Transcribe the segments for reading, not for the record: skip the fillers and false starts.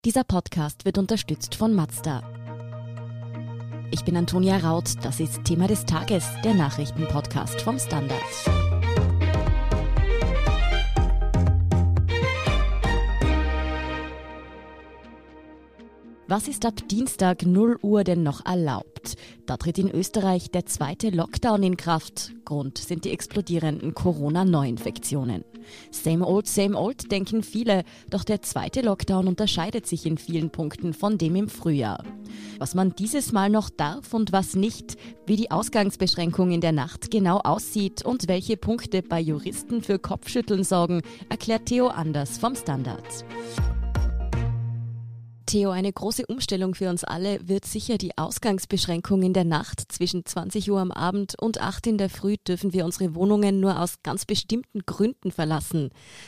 Dieser Podcast wird unterstützt von Mazda. Ich bin Antonia Raut, das ist Thema des Tages, der Nachrichtenpodcast vom Standard. Was ist ab Dienstag 0 Uhr denn noch erlaubt? Da tritt in Österreich der zweite Lockdown in Kraft. Grund sind die explodierenden Corona-Neuinfektionen. Same old, denken viele. Doch der zweite Lockdown unterscheidet sich in vielen Punkten von dem im Frühjahr. Was man dieses Mal noch darf und was nicht, wie die Ausgangsbeschränkung in der Nacht genau aussieht und welche Punkte bei Juristen für Kopfschütteln sorgen, erklärt Theo Anders vom Standard. Theo, eine große Umstellung für uns alle wird sicher die Ausgangsbeschränkung in der Nacht. Zwischen 20 Uhr am Abend und 8 in der Früh dürfen wir unsere Wohnungen nur aus ganz bestimmten Gründen verlassen.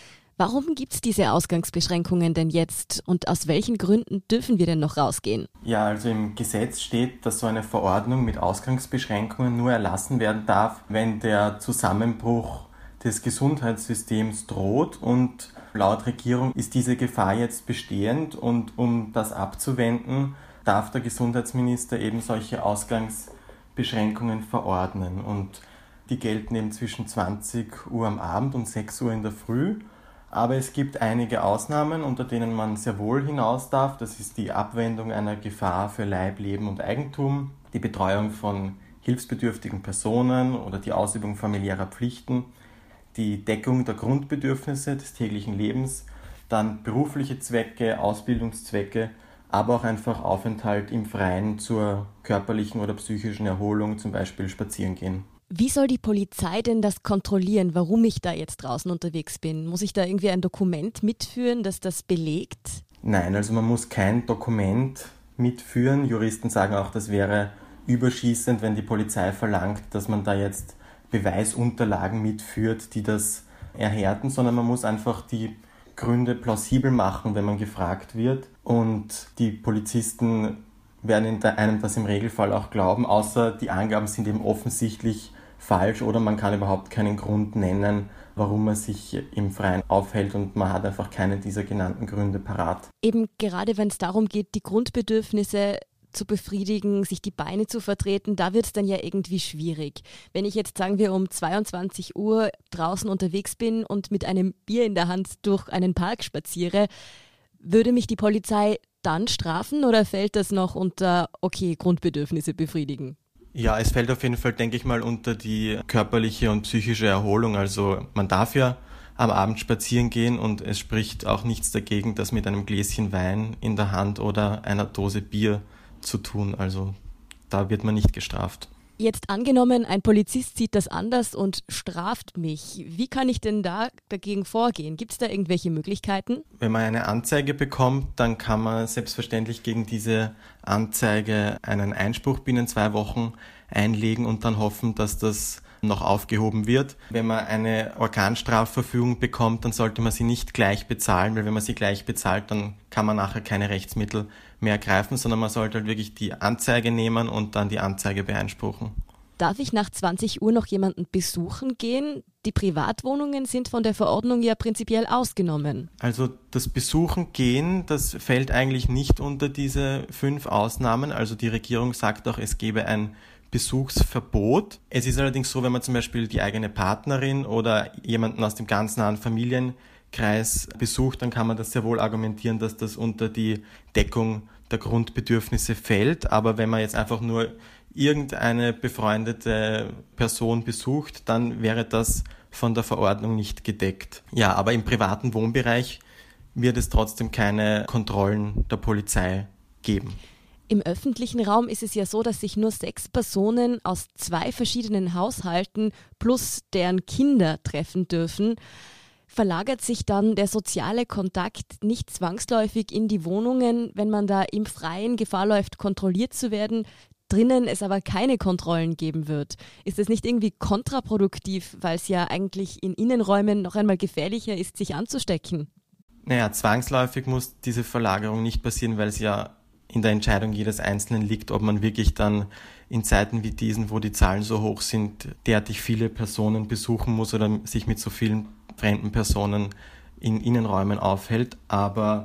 Warum gibt es diese Ausgangsbeschränkungen denn jetzt und aus welchen Gründen dürfen wir denn noch rausgehen? Ja, also im Gesetz steht, dass so eine Verordnung mit Ausgangsbeschränkungen nur erlassen werden darf, wenn der Zusammenbruch des Gesundheitssystems droht, und laut Regierung ist diese Gefahr jetzt bestehend, und um das abzuwenden, darf der Gesundheitsminister eben solche Ausgangsbeschränkungen verordnen, und die gelten eben zwischen 20 Uhr am Abend und 6 Uhr in der Früh. Aber es gibt einige Ausnahmen, unter denen man sehr wohl hinaus darf. Das ist die Abwendung einer Gefahr für Leib, Leben und Eigentum, die Betreuung von hilfsbedürftigen Personen oder die Ausübung familiärer Pflichten, die Deckung der Grundbedürfnisse des täglichen Lebens, dann berufliche Zwecke, Ausbildungszwecke, aber auch einfach Aufenthalt im Freien zur körperlichen oder psychischen Erholung, zum Beispiel spazieren gehen. Wie soll die Polizei denn das kontrollieren, warum ich da jetzt draußen unterwegs bin? Muss ich da irgendwie ein Dokument mitführen, das das belegt? Nein, also man muss kein Dokument mitführen. Juristen sagen auch, das wäre überschießend, wenn die Polizei verlangt, dass man da jetzt Beweisunterlagen mitführt, die das erhärten, sondern man muss einfach die Gründe plausibel machen, wenn man gefragt wird. Und die Polizisten werden einem das im Regelfall auch glauben, außer die Angaben sind eben offensichtlich falsch oder man kann überhaupt keinen Grund nennen, warum man sich im Freien aufhält, und man hat einfach keine dieser genannten Gründe parat. Eben gerade wenn es darum geht, die Grundbedürfnisse zu befriedigen, sich die Beine zu vertreten, da wird es dann ja irgendwie schwierig. Wenn ich jetzt, sagen wir, um 22 Uhr draußen unterwegs bin und mit einem Bier in der Hand durch einen Park spaziere, würde mich die Polizei dann strafen oder fällt das noch unter, okay, Grundbedürfnisse befriedigen? Ja, es fällt auf jeden Fall, denke ich mal, unter die körperliche und psychische Erholung. Also man darf ja am Abend spazieren gehen und es spricht auch nichts dagegen, das mit einem Gläschen Wein in der Hand oder einer Dose Bier zu tun. Also da wird man nicht gestraft. Jetzt angenommen, ein Polizist sieht das anders und straft mich. Wie kann ich denn da dagegen vorgehen? Gibt es da irgendwelche Möglichkeiten? Wenn man eine Anzeige bekommt, dann kann man selbstverständlich gegen diese Anzeige einen Einspruch binnen 2 Wochen einlegen und dann hoffen, dass das noch aufgehoben wird. Wenn man eine Organstrafverfügung bekommt, dann sollte man sie nicht gleich bezahlen, weil wenn man sie gleich bezahlt, dann kann man nachher keine Rechtsmittel mehr ergreifen, sondern man sollte halt wirklich die Anzeige nehmen und dann die Anzeige beeinspruchen. Darf ich nach 20 Uhr noch jemanden besuchen gehen? Die Privatwohnungen sind von der Verordnung ja prinzipiell ausgenommen. Also das Besuchen gehen, das fällt eigentlich nicht unter diese 5 Ausnahmen. Also die Regierung sagt auch, es gebe ein Besuchsverbot. Es ist allerdings so, wenn man zum Beispiel die eigene Partnerin oder jemanden aus dem ganz nahen Familienkreis besucht, dann kann man das sehr wohl argumentieren, dass das unter die Deckung der Grundbedürfnisse fällt. Aber wenn man jetzt einfach nur irgendeine befreundete Person besucht, dann wäre das von der Verordnung nicht gedeckt. Ja, aber im privaten Wohnbereich wird es trotzdem keine Kontrollen der Polizei geben. Im öffentlichen Raum ist es ja so, dass sich nur 6 Personen aus 2 verschiedenen Haushalten plus deren Kinder treffen dürfen. Verlagert sich dann der soziale Kontakt nicht zwangsläufig in die Wohnungen, wenn man da im Freien Gefahr läuft, kontrolliert zu werden, drinnen es aber keine Kontrollen geben wird? Ist das nicht irgendwie kontraproduktiv, weil es ja eigentlich in Innenräumen noch einmal gefährlicher ist, sich anzustecken? Naja, zwangsläufig muss diese Verlagerung nicht passieren, weil es ja in der Entscheidung jedes Einzelnen liegt, ob man wirklich dann in Zeiten wie diesen, wo die Zahlen so hoch sind, derartig viele Personen besuchen muss oder sich mit so vielen fremden Personen in Innenräumen aufhält. Aber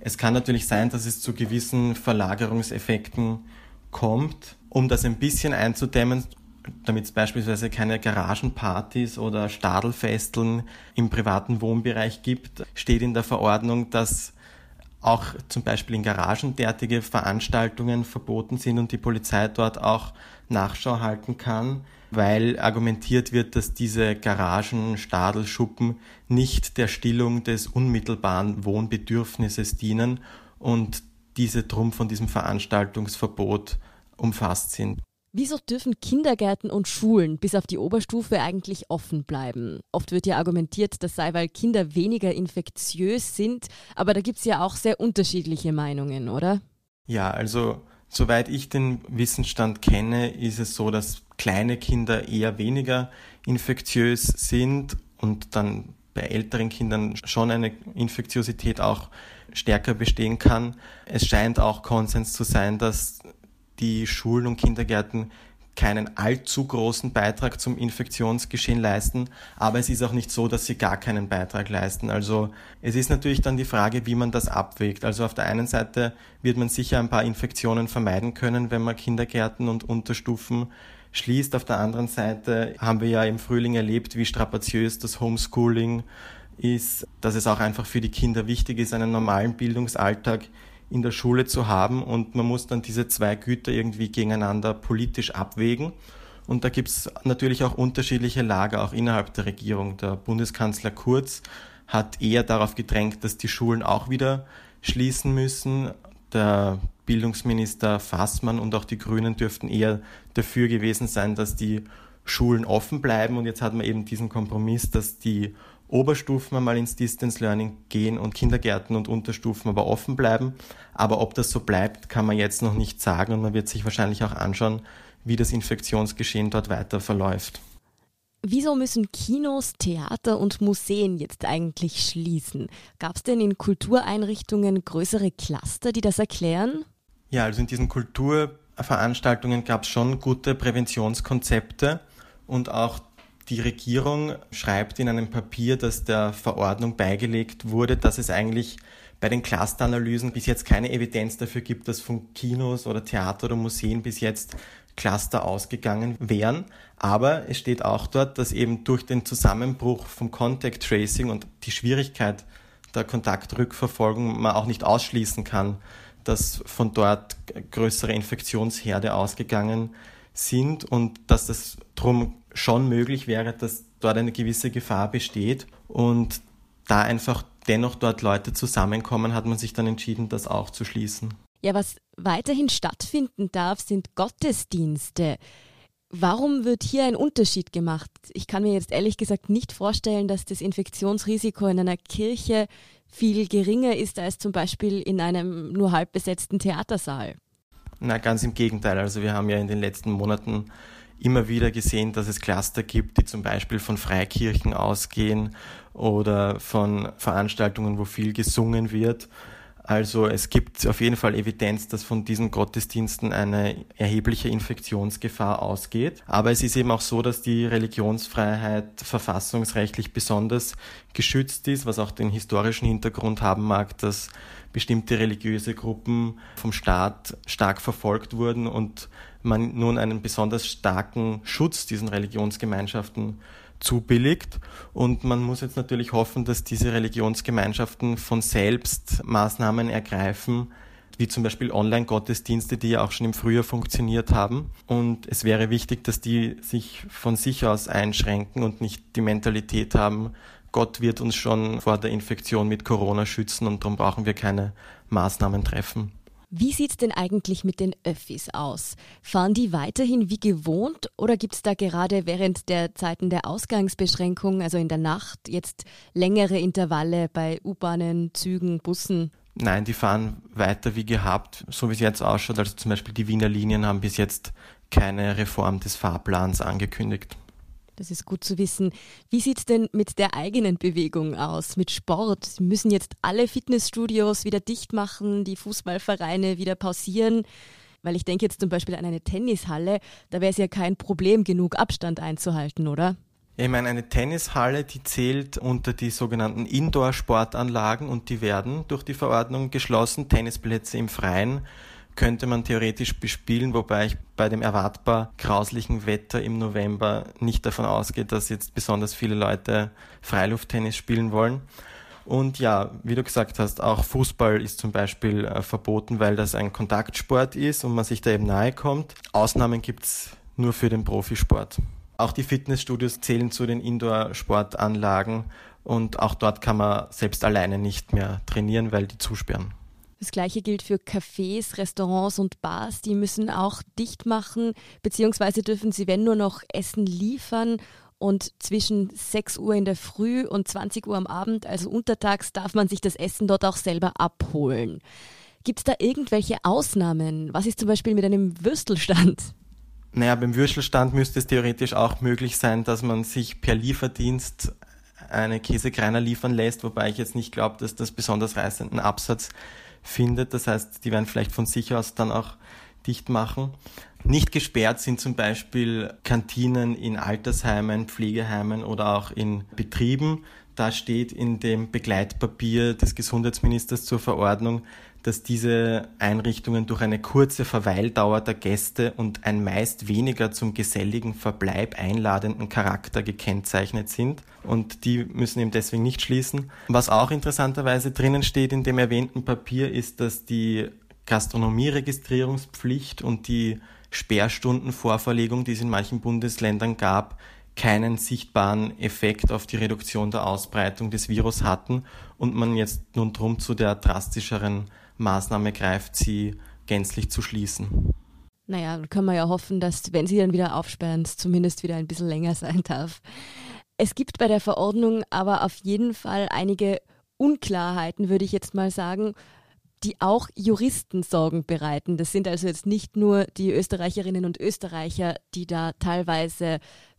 Es kann natürlich sein, dass es zu gewissen Verlagerungseffekten kommt. Um das ein bisschen einzudämmen, damit es beispielsweise keine Garagenpartys oder Stadelfesteln im privaten Wohnbereich gibt, steht in der Verordnung, dass auch zum Beispiel in Garagen derartige Veranstaltungen verboten sind und die Polizei dort auch Nachschau halten kann, weil argumentiert wird, dass diese Garagen, Stadelschuppen nicht der Stillung des unmittelbaren Wohnbedürfnisses dienen und diese drum von diesem Veranstaltungsverbot umfasst sind. Wieso dürfen Kindergärten und Schulen bis auf die Oberstufe eigentlich offen bleiben? Oft wird ja argumentiert, das sei, weil Kinder weniger infektiös sind, aber da gibt es ja auch sehr unterschiedliche Meinungen, oder? Ja, also soweit ich den Wissensstand kenne, ist es so, dass kleine Kinder eher weniger infektiös sind und dann bei älteren Kindern schon eine Infektiosität auch stärker bestehen kann. Es scheint auch Konsens zu sein, dass die Schulen und Kindergärten keinen allzu großen Beitrag zum Infektionsgeschehen leisten, aber es ist auch nicht so, dass sie gar keinen Beitrag leisten. Also es ist natürlich dann die Frage, wie man das abwägt. Also auf der einen Seite wird man sicher ein paar Infektionen vermeiden können, wenn man Kindergärten und Unterstufen schließt. Auf der anderen Seite haben wir ja im Frühling erlebt, wie strapaziös das Homeschooling ist, dass es auch einfach für die Kinder wichtig ist, einen normalen Bildungsalltag in der Schule zu haben und man muss dann diese zwei Güter irgendwie gegeneinander politisch abwägen. Und da gibt es natürlich auch unterschiedliche Lager, auch innerhalb der Regierung. Der Bundeskanzler Kurz hat eher darauf gedrängt, dass die Schulen auch wieder schließen müssen. Der Bildungsminister Fassmann und auch die Grünen dürften eher dafür gewesen sein, dass die Schulen offen bleiben. Und jetzt hat man eben diesen Kompromiss, dass die Oberstufen einmal ins Distance Learning gehen und Kindergärten und Unterstufen aber offen bleiben. Aber ob das so bleibt, kann man jetzt noch nicht sagen und man wird sich wahrscheinlich auch anschauen, wie das Infektionsgeschehen dort weiter verläuft. Wieso müssen Kinos, Theater und Museen jetzt eigentlich schließen? Gab es denn in Kultureinrichtungen größere Cluster, die das erklären? Ja, also in diesen Kulturveranstaltungen gab es schon gute Präventionskonzepte und auch die Regierung schreibt in einem Papier, das der Verordnung beigelegt wurde, dass es eigentlich bei den Clusteranalysen bis jetzt keine Evidenz dafür gibt, dass von Kinos oder Theater oder Museen bis jetzt Cluster ausgegangen wären. Aber es steht auch dort, dass eben durch den Zusammenbruch vom Contact Tracing und die Schwierigkeit der Kontaktrückverfolgung man auch nicht ausschließen kann, dass von dort größere Infektionsherde ausgegangen sind und dass das drum schon möglich wäre, dass dort eine gewisse Gefahr besteht und da einfach dennoch dort Leute zusammenkommen, hat man sich dann entschieden, das auch zu schließen. Ja, was weiterhin stattfinden darf, sind Gottesdienste. Warum wird hier ein Unterschied gemacht? Ich kann mir jetzt ehrlich gesagt nicht vorstellen, dass das Infektionsrisiko in einer Kirche viel geringer ist als zum Beispiel in einem nur halb besetzten Theatersaal. Na, ganz im Gegenteil. Also wir haben ja in den letzten Monaten immer wieder gesehen, dass es Cluster gibt, die zum Beispiel von Freikirchen ausgehen oder von Veranstaltungen, wo viel gesungen wird. Also es gibt auf jeden Fall Evidenz, dass von diesen Gottesdiensten eine erhebliche Infektionsgefahr ausgeht. Aber es ist eben auch so, dass die Religionsfreiheit verfassungsrechtlich besonders geschützt ist, was auch den historischen Hintergrund haben mag, dass bestimmte religiöse Gruppen vom Staat stark verfolgt wurden und man nun einen besonders starken Schutz diesen Religionsgemeinschaften zubilligt. Und man muss jetzt natürlich hoffen, dass diese Religionsgemeinschaften von selbst Maßnahmen ergreifen, wie zum Beispiel Online-Gottesdienste, die ja auch schon im Frühjahr funktioniert haben. Und es wäre wichtig, dass die sich von sich aus einschränken und nicht die Mentalität haben, Gott wird uns schon vor der Infektion mit Corona schützen und darum brauchen wir keine Maßnahmen treffen. Wie sieht es denn eigentlich mit den Öffis aus? Fahren die weiterhin wie gewohnt oder gibt es da gerade während der Zeiten der Ausgangsbeschränkung, also in der Nacht, jetzt längere Intervalle bei U-Bahnen, Zügen, Bussen? Nein, die fahren weiter wie gehabt, so wie es jetzt ausschaut. Also zum Beispiel die Wiener Linien haben bis jetzt keine Reform des Fahrplans angekündigt. Das ist gut zu wissen. Wie sieht es denn mit der eigenen Bewegung aus, mit Sport? Müssen jetzt alle Fitnessstudios wieder dicht machen, die Fußballvereine wieder pausieren? Weil ich denke jetzt zum Beispiel an eine Tennishalle, da wäre es ja kein Problem, genug Abstand einzuhalten, oder? Ich meine, eine Tennishalle, die zählt unter die sogenannten Indoor-Sportanlagen und die werden durch die Verordnung geschlossen. Tennisplätze im Freien könnte man theoretisch bespielen, wobei ich bei dem erwartbar grauslichen Wetter im November nicht davon ausgehe, dass jetzt besonders viele Leute Freilufttennis spielen wollen. Und ja, wie du gesagt hast, auch Fußball ist zum Beispiel verboten, weil das ein Kontaktsport ist und man sich da eben nahe kommt. Ausnahmen gibt's nur für den Profisport. Auch die Fitnessstudios zählen zu den Indoor-Sportanlagen und auch dort kann man selbst alleine nicht mehr trainieren, weil die zusperren. Das Gleiche gilt für Cafés, Restaurants und Bars. Die müssen auch dicht machen, beziehungsweise dürfen sie, wenn, nur noch Essen liefern. Und zwischen 6 Uhr in der Früh und 20 Uhr am Abend, also untertags, darf man sich das Essen dort auch selber abholen. Gibt es da irgendwelche Ausnahmen? Was ist zum Beispiel mit einem Würstelstand? Naja, beim Würstelstand müsste es theoretisch auch möglich sein, dass man sich per Lieferdienst eine Käsekreiner liefern lässt, wobei ich jetzt nicht glaube, dass das besonders reißenden Absatz findet. Das heißt, die werden vielleicht von sich aus dann auch dicht machen. Nicht gesperrt sind zum Beispiel Kantinen in Altersheimen, Pflegeheimen oder auch in Betrieben. Da steht in dem Begleitpapier des Gesundheitsministers zur Verordnung, dass diese Einrichtungen durch eine kurze Verweildauer der Gäste und ein meist weniger zum geselligen Verbleib einladenden Charakter gekennzeichnet sind. Und die müssen eben deswegen nicht schließen. Was auch interessanterweise drinnen steht in dem erwähnten Papier ist, dass die Gastronomieregistrierungspflicht und die Sperrstundenvorverlegung, die es in manchen Bundesländern gab, keinen sichtbaren Effekt auf die Reduktion der Ausbreitung des Virus hatten und man jetzt nun drum zu der drastischeren Maßnahme greift, sie gänzlich zu schließen. Naja, dann können wir ja hoffen, dass, wenn sie dann wieder aufsperren, es zumindest wieder ein bisschen länger sein darf. Es gibt bei der Verordnung aber auf jeden Fall einige Unklarheiten, würde ich jetzt mal sagen, die auch Juristen Sorgen bereiten. Das sind also jetzt nicht nur die Österreicherinnen und Österreicher, die da teilweise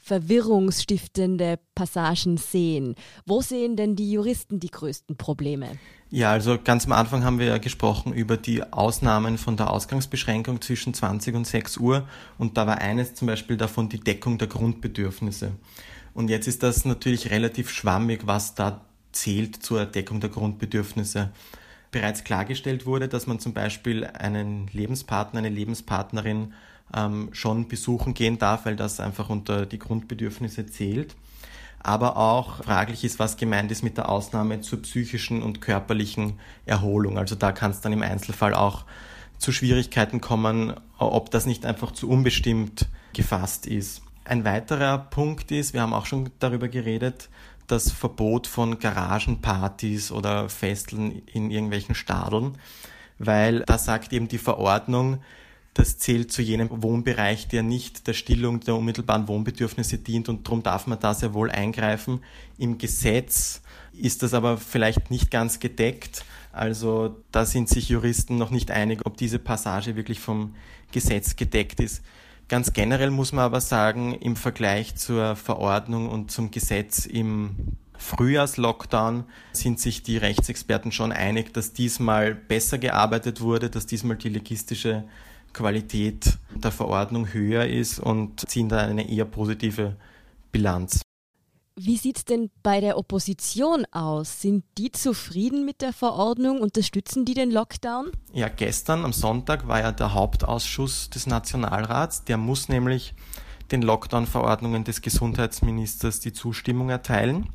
verwirrungsstiftende Passagen sehen. Wo sehen denn die Juristen die größten Probleme? Ja, also ganz am Anfang haben wir ja gesprochen über die Ausnahmen von der Ausgangsbeschränkung zwischen 20 und 6 Uhr und da war eines zum Beispiel davon die Deckung der Grundbedürfnisse. Und jetzt ist das natürlich relativ schwammig, was da zählt zur Deckung der Grundbedürfnisse. Bereits klargestellt wurde, dass man zum Beispiel einen Lebenspartner, eine Lebenspartnerin schon besuchen gehen darf, weil das einfach unter die Grundbedürfnisse zählt. Aber auch fraglich ist, was gemeint ist mit der Ausnahme zur psychischen und körperlichen Erholung. Also da kann es dann im Einzelfall auch zu Schwierigkeiten kommen, ob das nicht einfach zu unbestimmt gefasst ist. Ein weiterer Punkt ist, wir haben auch schon darüber geredet, das Verbot von Garagenpartys oder Festeln in irgendwelchen Stadeln, weil da sagt eben die Verordnung, das zählt zu jenem Wohnbereich, der nicht der Stillung der unmittelbaren Wohnbedürfnisse dient und darum darf man da sehr wohl eingreifen. Im Gesetz ist das aber vielleicht nicht ganz gedeckt, also da sind sich Juristen noch nicht einig, ob diese Passage wirklich vom Gesetz gedeckt ist. Ganz generell muss man aber sagen, im Vergleich zur Verordnung und zum Gesetz im Frühjahrslockdown sind sich die Rechtsexperten schon einig, dass diesmal besser gearbeitet wurde, dass diesmal die logistische Qualität der Verordnung höher ist und ziehen da eine eher positive Bilanz. Wie sieht es denn bei der Opposition aus? Sind die zufrieden mit der Verordnung? Unterstützen die den Lockdown? Ja, gestern am Sonntag war ja der Hauptausschuss des Nationalrats. Der muss nämlich den Lockdown-Verordnungen des Gesundheitsministers die Zustimmung erteilen.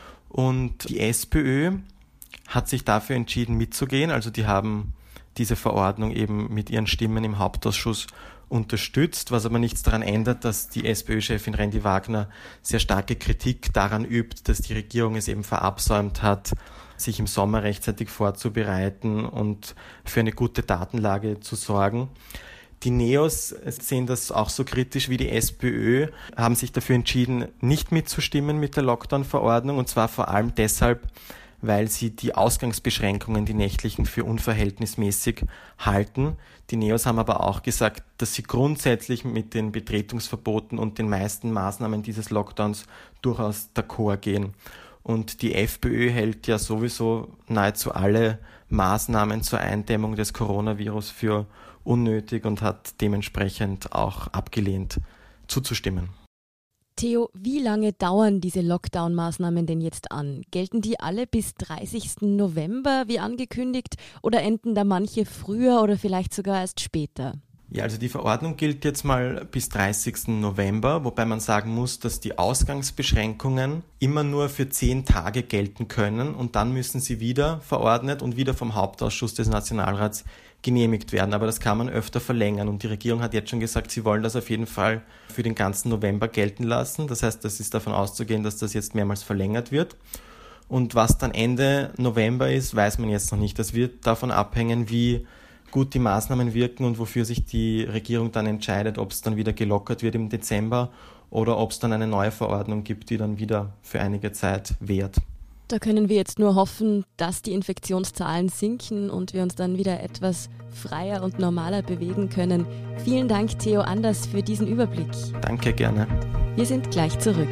Und die SPÖ hat sich dafür entschieden mitzugehen. Also die haben diese Verordnung eben mit ihren Stimmen im Hauptausschuss unterstützt, was aber nichts daran ändert, dass die SPÖ-Chefin Rendi Wagner sehr starke Kritik daran übt, dass die Regierung es eben verabsäumt hat, sich im Sommer rechtzeitig vorzubereiten und für eine gute Datenlage zu sorgen. Die Neos sehen das auch so kritisch wie die SPÖ, haben sich dafür entschieden, nicht mitzustimmen mit der Lockdown-Verordnung und zwar vor allem deshalb, weil sie die Ausgangsbeschränkungen, die nächtlichen, für unverhältnismäßig halten. Die Neos haben aber auch gesagt, dass sie grundsätzlich mit den Betretungsverboten und den meisten Maßnahmen dieses Lockdowns durchaus d'accord gehen. Und die FPÖ hält ja sowieso nahezu alle Maßnahmen zur Eindämmung des Coronavirus für unnötig und hat dementsprechend auch abgelehnt, zuzustimmen. Theo, wie lange dauern diese Lockdown-Maßnahmen denn jetzt an? Gelten die alle bis 30. November, wie angekündigt, oder enden da manche früher oder vielleicht sogar erst später? Ja, also die Verordnung gilt jetzt mal bis 30. November, wobei man sagen muss, dass die Ausgangsbeschränkungen immer nur für 10 Tage gelten können und dann müssen sie wieder verordnet und wieder vom Hauptausschuss des Nationalrats genehmigt werden. Aber das kann man öfter verlängern und die Regierung hat jetzt schon gesagt, sie wollen das auf jeden Fall für den ganzen November gelten lassen. Das heißt, das ist davon auszugehen, dass das jetzt mehrmals verlängert wird. Und was dann Ende November ist, weiß man jetzt noch nicht. Das wird davon abhängen, wie gut die Maßnahmen wirken und wofür sich die Regierung dann entscheidet, ob es dann wieder gelockert wird im Dezember oder ob es dann eine neue Verordnung gibt, die dann wieder für einige Zeit währt. Da können wir jetzt nur hoffen, dass die Infektionszahlen sinken und wir uns dann wieder etwas freier und normaler bewegen können. Vielen Dank, Theo Anders, für diesen Überblick. Danke, gerne. Wir sind gleich zurück.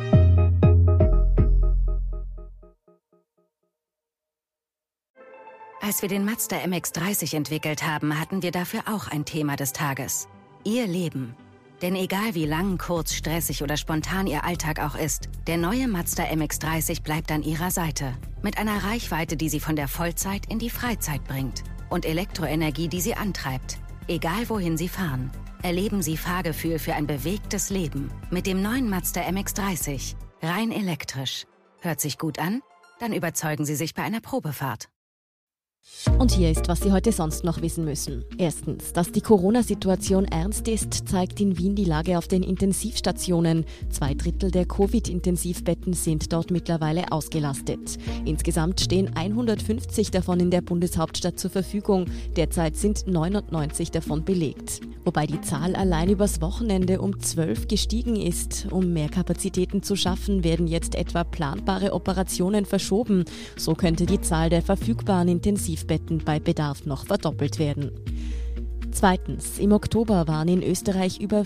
Als wir den Mazda MX-30 entwickelt haben, hatten wir dafür auch ein Thema des Tages. Ihr Leben. Denn egal wie lang, kurz, stressig oder spontan Ihr Alltag auch ist, der neue Mazda MX-30 bleibt an Ihrer Seite. Mit einer Reichweite, die Sie von der Vollzeit in die Freizeit bringt. Und Elektroenergie, die Sie antreibt. Egal wohin Sie fahren. Erleben Sie Fahrgefühl für ein bewegtes Leben. Mit dem neuen Mazda MX-30. Rein elektrisch. Hört sich gut an? Dann überzeugen Sie sich bei einer Probefahrt. Und hier ist, was Sie heute sonst noch wissen müssen. Erstens, dass die Corona-Situation ernst ist, zeigt in Wien die Lage auf den Intensivstationen. 2/3 der Covid-Intensivbetten sind dort mittlerweile ausgelastet. Insgesamt stehen 150 davon in der Bundeshauptstadt zur Verfügung. Derzeit sind 99 davon belegt. Wobei die Zahl allein übers Wochenende um 12 gestiegen ist. Um mehr Kapazitäten zu schaffen, werden jetzt etwa planbare Operationen verschoben. So könnte die Zahl der verfügbaren Intensivbetten bei Bedarf noch verdoppelt werden. Zweitens, im Oktober waren in Österreich über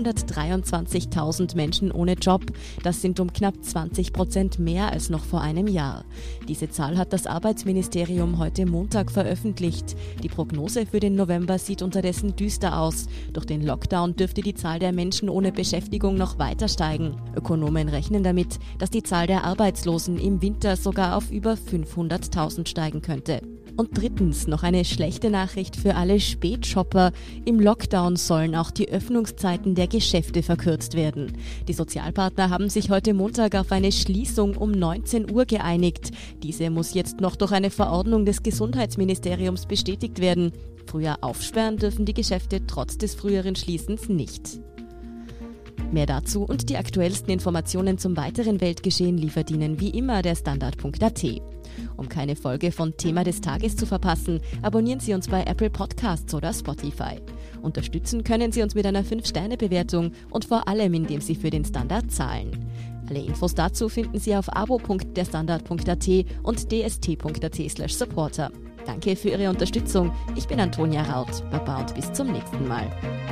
423.000 Menschen ohne Job. Das sind um knapp 20% mehr als noch vor einem Jahr. Diese Zahl hat das Arbeitsministerium heute Montag veröffentlicht. Die Prognose für den November sieht unterdessen düster aus. Durch den Lockdown dürfte die Zahl der Menschen ohne Beschäftigung noch weiter steigen. Ökonomen rechnen damit, dass die Zahl der Arbeitslosen im Winter sogar auf über 500.000 steigen könnte. Und drittens, noch eine schlechte Nachricht für alle Spätshopper. Im Lockdown sollen auch die Öffnungszeiten der Geschäfte verkürzt werden. Die Sozialpartner haben sich heute Montag auf eine Schließung um 19 Uhr geeinigt. Diese muss jetzt noch durch eine Verordnung des Gesundheitsministeriums bestätigt werden. Früher aufsperren dürfen die Geschäfte trotz des früheren Schließens nicht. Mehr dazu und die aktuellsten Informationen zum weiteren Weltgeschehen liefert Ihnen wie immer der Standard.at. Um keine Folge von Thema des Tages zu verpassen, abonnieren Sie uns bei Apple Podcasts oder Spotify. Unterstützen können Sie uns mit einer 5-Sterne-Bewertung und vor allem, indem Sie für den Standard zahlen. Alle Infos dazu finden Sie auf abo.derstandard.at und dst.at/supporter. Danke für Ihre Unterstützung. Ich bin Antonia Raut. Baba und bis zum nächsten Mal.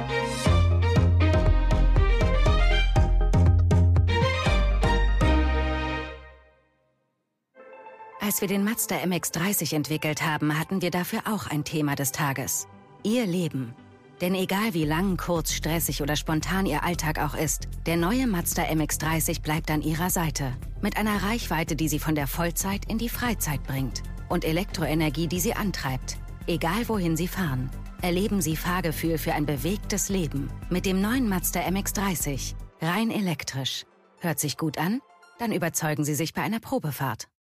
Als wir den Mazda MX-30 entwickelt haben, hatten wir dafür auch ein Thema des Tages. Ihr Leben. Denn egal wie lang, kurz, stressig oder spontan Ihr Alltag auch ist, der neue Mazda MX-30 bleibt an Ihrer Seite. Mit einer Reichweite, die Sie von der Vollzeit in die Freizeit bringt. Und Elektroenergie, die Sie antreibt. Egal wohin Sie fahren. Erleben Sie Fahrgefühl für ein bewegtes Leben. Mit dem neuen Mazda MX-30. Rein elektrisch. Hört sich gut an? Dann überzeugen Sie sich bei einer Probefahrt.